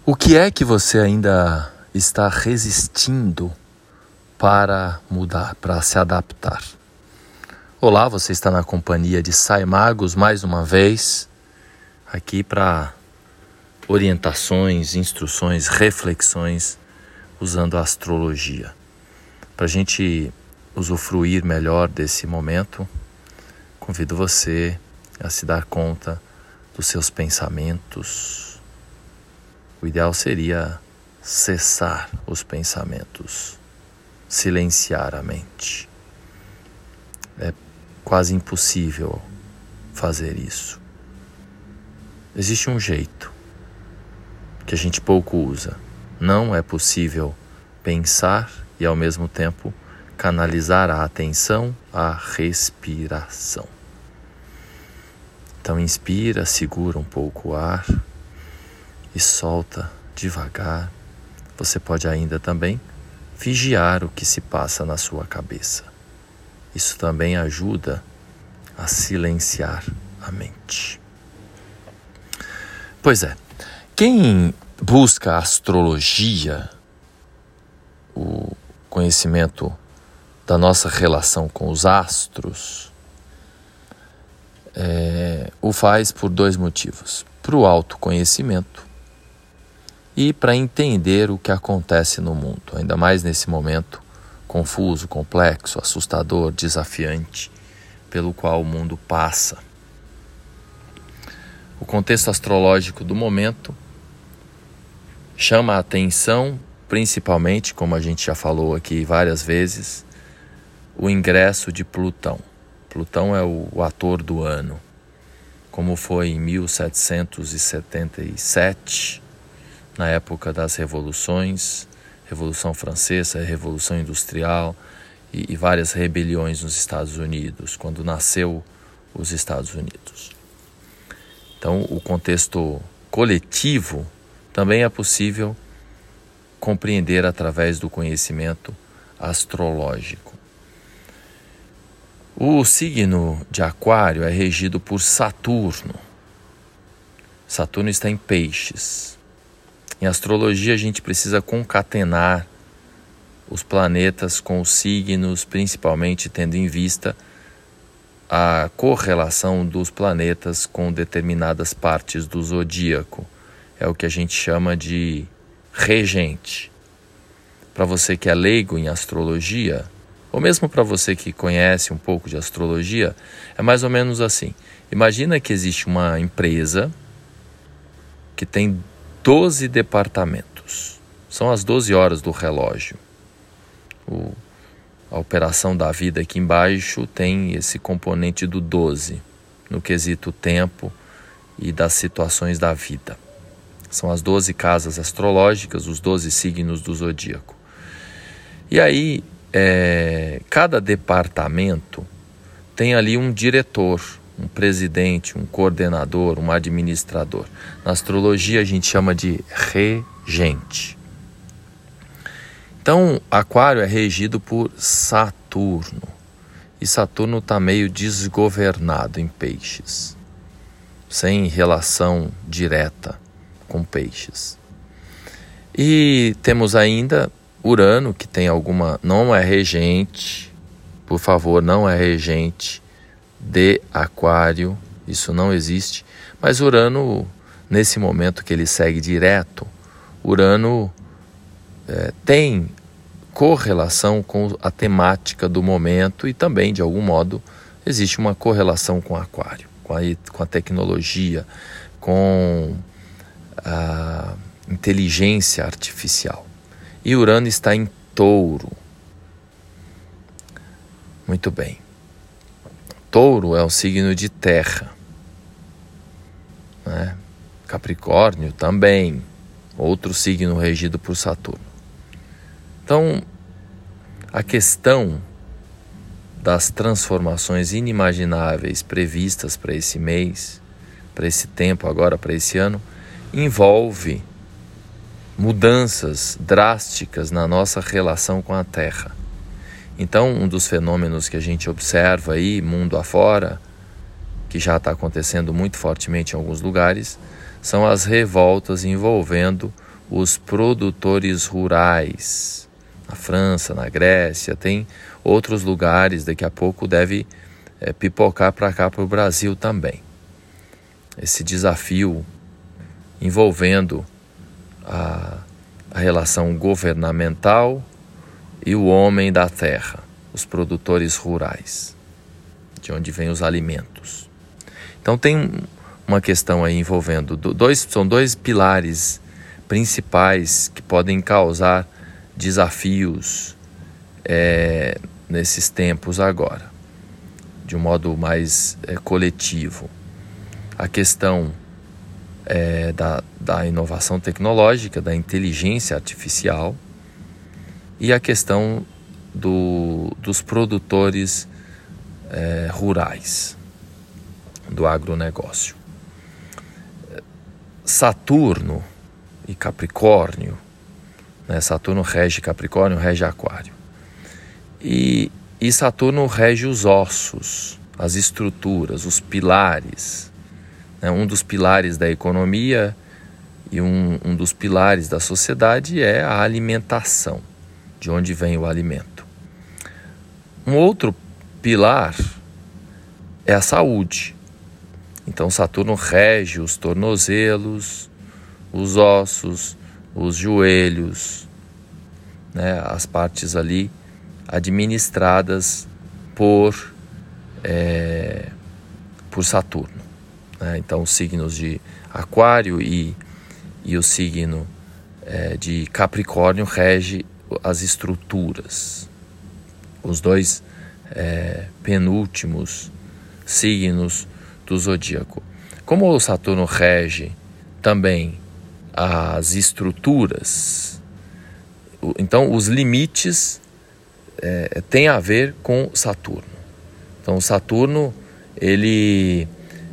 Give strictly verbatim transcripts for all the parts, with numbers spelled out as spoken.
O que é que você ainda está resistindo para mudar, para se adaptar? Olá, você está na companhia de Sai Magos mais uma vez, aqui para orientações, instruções, reflexões usando a astrologia. Para a gente usufruir melhor desse momento, convido você a se dar conta dos seus pensamentos. O ideal seria cessar os pensamentos, silenciar a mente. É quase impossível fazer isso. Existe um jeito que a gente pouco usa. Não é possível pensar e ao mesmo tempo canalizar a atenção à respiração. Então inspira, segura um pouco o ar e solta devagar. Você pode ainda também vigiar o que se passa na sua cabeça. Isso também ajuda a silenciar a mente. Pois é, quem busca a astrologia, o conhecimento da nossa relação com os astros, é, o faz por dois motivos: para o autoconhecimento e para entender o que acontece no mundo, ainda mais nesse momento confuso, complexo, assustador, desafiante, pelo qual o mundo passa. O contexto astrológico do momento chama a atenção, principalmente, como a gente já falou aqui várias vezes, o ingresso de Plutão. Plutão é o, o ator do ano, como foi em mil setecentos e setenta e sete, na época das revoluções, Revolução Francesa, Revolução Industrial e, e várias rebeliões nos Estados Unidos, quando nasceu os Estados Unidos. Então, o contexto coletivo também é possível compreender através do conhecimento astrológico. O signo de Aquário é regido por Saturno. Saturno está em Peixes. Em astrologia, a gente precisa concatenar os planetas com os signos, principalmente tendo em vista a correlação dos planetas com determinadas partes do zodíaco. É o que a gente chama de regente. Para você que é leigo em astrologia, ou mesmo para você que conhece um pouco de astrologia, é mais ou menos assim. Imagina que existe uma empresa que tem doze departamentos. São as doze horas do relógio. O, a operação da vida aqui embaixo tem esse componente do doze, no quesito tempo e das situações da vida. São as doze casas astrológicas, os doze signos do zodíaco. E aí, é, cada departamento tem ali um diretor, um presidente, um coordenador, um administrador. Na astrologia a gente chama de regente. Então, Aquário é regido por Saturno. E Saturno está meio desgovernado em Peixes, sem relação direta com Peixes. E temos ainda Urano, que tem alguma... não é regente, por favor, não é regente de Aquário, isso não existe, mas Urano, nesse momento que ele segue direto, Urano é, tem correlação com a temática do momento e também, de algum modo, existe uma correlação com Aquário, com a, com a tecnologia, com a inteligência artificial. E Urano está em Touro. Muito bem. Touro é um signo de terra, né? Capricórnio também, outro signo regido por Saturno. Então, a questão das transformações inimagináveis previstas para esse mês, para esse tempo agora, para esse ano, envolve mudanças drásticas na nossa relação com a Terra. Então, um dos fenômenos que a gente observa aí, mundo afora, que já está acontecendo muito fortemente em alguns lugares, são as revoltas envolvendo os produtores rurais. Na França, na Grécia, tem outros lugares, daqui a pouco deve é, pipocar para cá, para o Brasil também. Esse desafio envolvendo a, a relação governamental e o homem da terra, os produtores rurais, de onde vêm os alimentos. Então tem uma questão aí envolvendo, dois, são dois pilares principais que podem causar desafios é, nesses tempos agora, de um modo mais é, coletivo. A questão é, da, da inovação tecnológica, da inteligência artificial e a questão do, dos produtores é, rurais, do agronegócio. Saturno e Capricórnio, né? Saturno rege Capricórnio, rege Aquário. E, e Saturno rege os ossos, as estruturas, os pilares. Né? Um dos pilares da economia e um, um dos pilares da sociedade é a alimentação, de onde vem o alimento. Um outro pilar é a saúde. Então Saturno rege os tornozelos, os ossos, os joelhos, né, as partes ali administradas por, é, por Saturno. Né? Então os signos de Aquário e, e o signo é, de Capricórnio rege as estruturas. Os dois é, penúltimos signos do zodíaco. Como o Saturno rege também as estruturas, então os limites é, têm a ver com Saturno. Então Saturno ele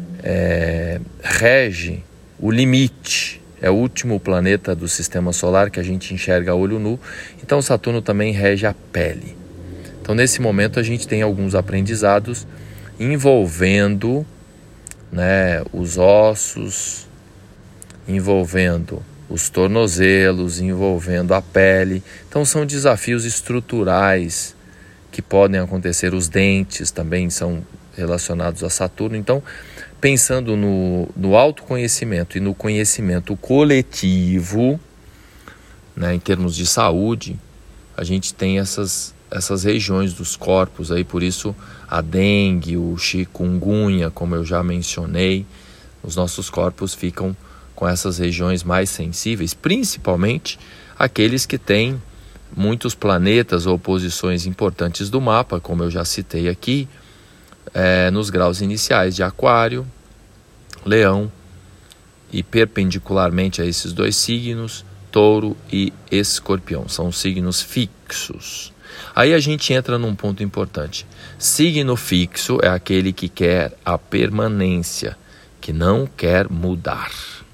é, rege o limite, é o último planeta do sistema solar que a gente enxerga a olho nu. Então Saturno também rege a pele. Então nesse momento a gente tem alguns aprendizados envolvendo, né, os ossos, envolvendo os tornozelos, envolvendo a pele. Então são desafios estruturais que podem acontecer. Os dentes também são relacionados a Saturno. Então, pensando no, no autoconhecimento e no conhecimento coletivo, né, em termos de saúde, a gente tem essas, essas regiões dos corpos aí, por isso a dengue, o chikungunya, como eu já mencionei, os nossos corpos ficam com essas regiões mais sensíveis, principalmente aqueles que têm muitos planetas ou posições importantes do mapa, como eu já citei aqui, é, nos graus iniciais de Aquário, Leão e perpendicularmente a esses dois signos, Touro e Escorpião, são signos fixos. Aí a gente entra num ponto importante. Signo fixo é aquele que quer a permanência, que não quer mudar.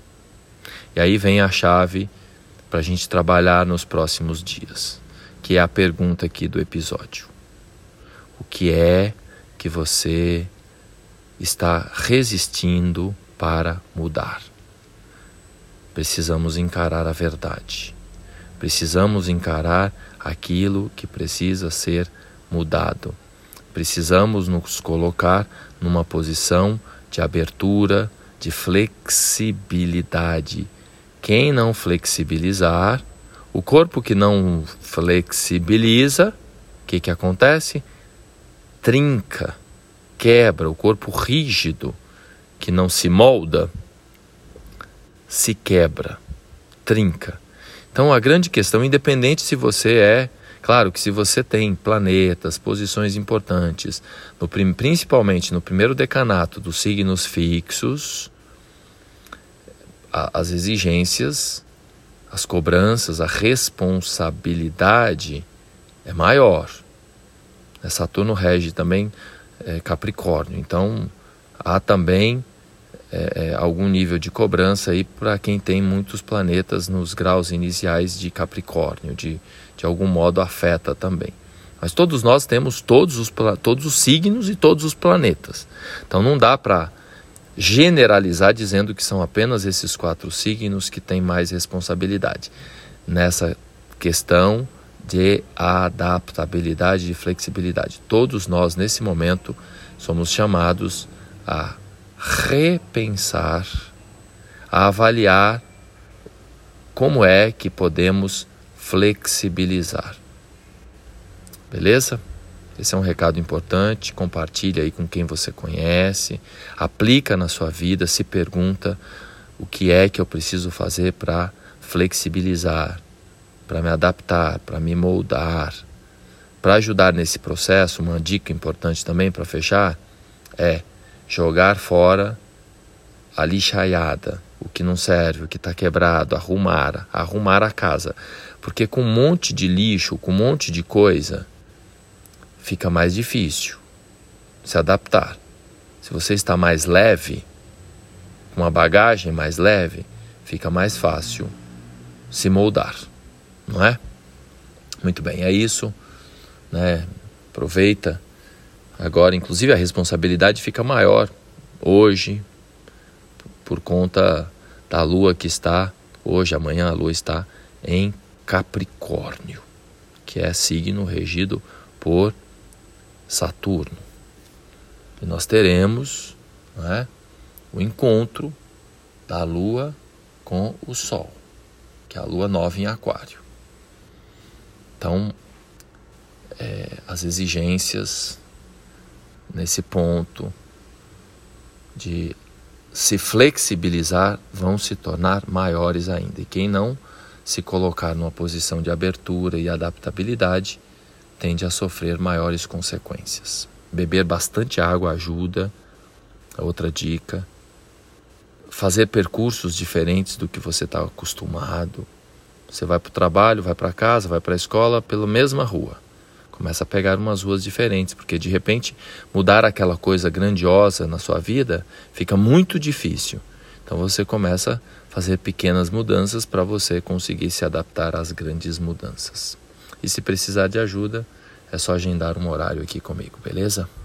E aí vem a chave para a gente trabalhar nos próximos dias, que é a pergunta aqui do episódio. O que é que você está resistindo para mudar? Precisamos encarar a verdade. Precisamos encarar aquilo que precisa ser mudado. Precisamos nos colocar numa posição de abertura, de flexibilidade. Quem não flexibilizar, o corpo que não flexibiliza, o que, que acontece? Trinca, quebra. O corpo rígido, que não se molda, se quebra, trinca. Então a grande questão, independente se você é, claro que se você tem planetas, posições importantes, no, principalmente no primeiro decanato dos signos fixos, a, as exigências, as cobranças, a responsabilidade é maior. Saturno rege também é, Capricórnio, então há também É, é, algum nível de cobrança aí para quem tem muitos planetas nos graus iniciais de Capricórnio, de, de algum modo afeta também. Mas todos nós temos todos os, todos os signos e todos os planetas. Então não dá para generalizar dizendo que são apenas esses quatro signos que têm mais responsabilidade nessa questão de adaptabilidade e flexibilidade. Todos nós, nesse momento, somos chamados a repensar, a avaliar como é que podemos flexibilizar. Beleza? Esse é um recado importante, compartilha aí com quem você conhece, aplica na sua vida, se pergunta o que é que eu preciso fazer para flexibilizar, para me adaptar, para me moldar. Para ajudar nesse processo, uma dica importante também para fechar é jogar fora a lixaiada, o que não serve, o que está quebrado, arrumar, arrumar a casa. Porque com um monte de lixo, com um monte de coisa, fica mais difícil se adaptar. Se você está mais leve, com uma bagagem mais leve, fica mais fácil se moldar, não é? Muito bem, é isso, né? Aproveita. Agora, inclusive, a responsabilidade fica maior hoje, por conta da lua que está, hoje, amanhã, a lua está em Capricórnio, que é signo regido por Saturno. E nós teremos, né, o encontro da lua com o Sol, que é a lua nova em Aquário. Então, é, as exigências nesse ponto de se flexibilizar vão se tornar maiores ainda. E quem não se colocar numa posição de abertura e adaptabilidade tende a sofrer maiores consequências. Beber bastante água ajuda. Outra dica. Fazer percursos diferentes do que você está acostumado. Você vai para o trabalho, vai para casa, vai para a escola pela mesma rua. Começa a pegar umas ruas diferentes, porque de repente mudar aquela coisa grandiosa na sua vida fica muito difícil. Então você começa a fazer pequenas mudanças para você conseguir se adaptar às grandes mudanças. E se precisar de ajuda, é só agendar um horário aqui comigo, beleza?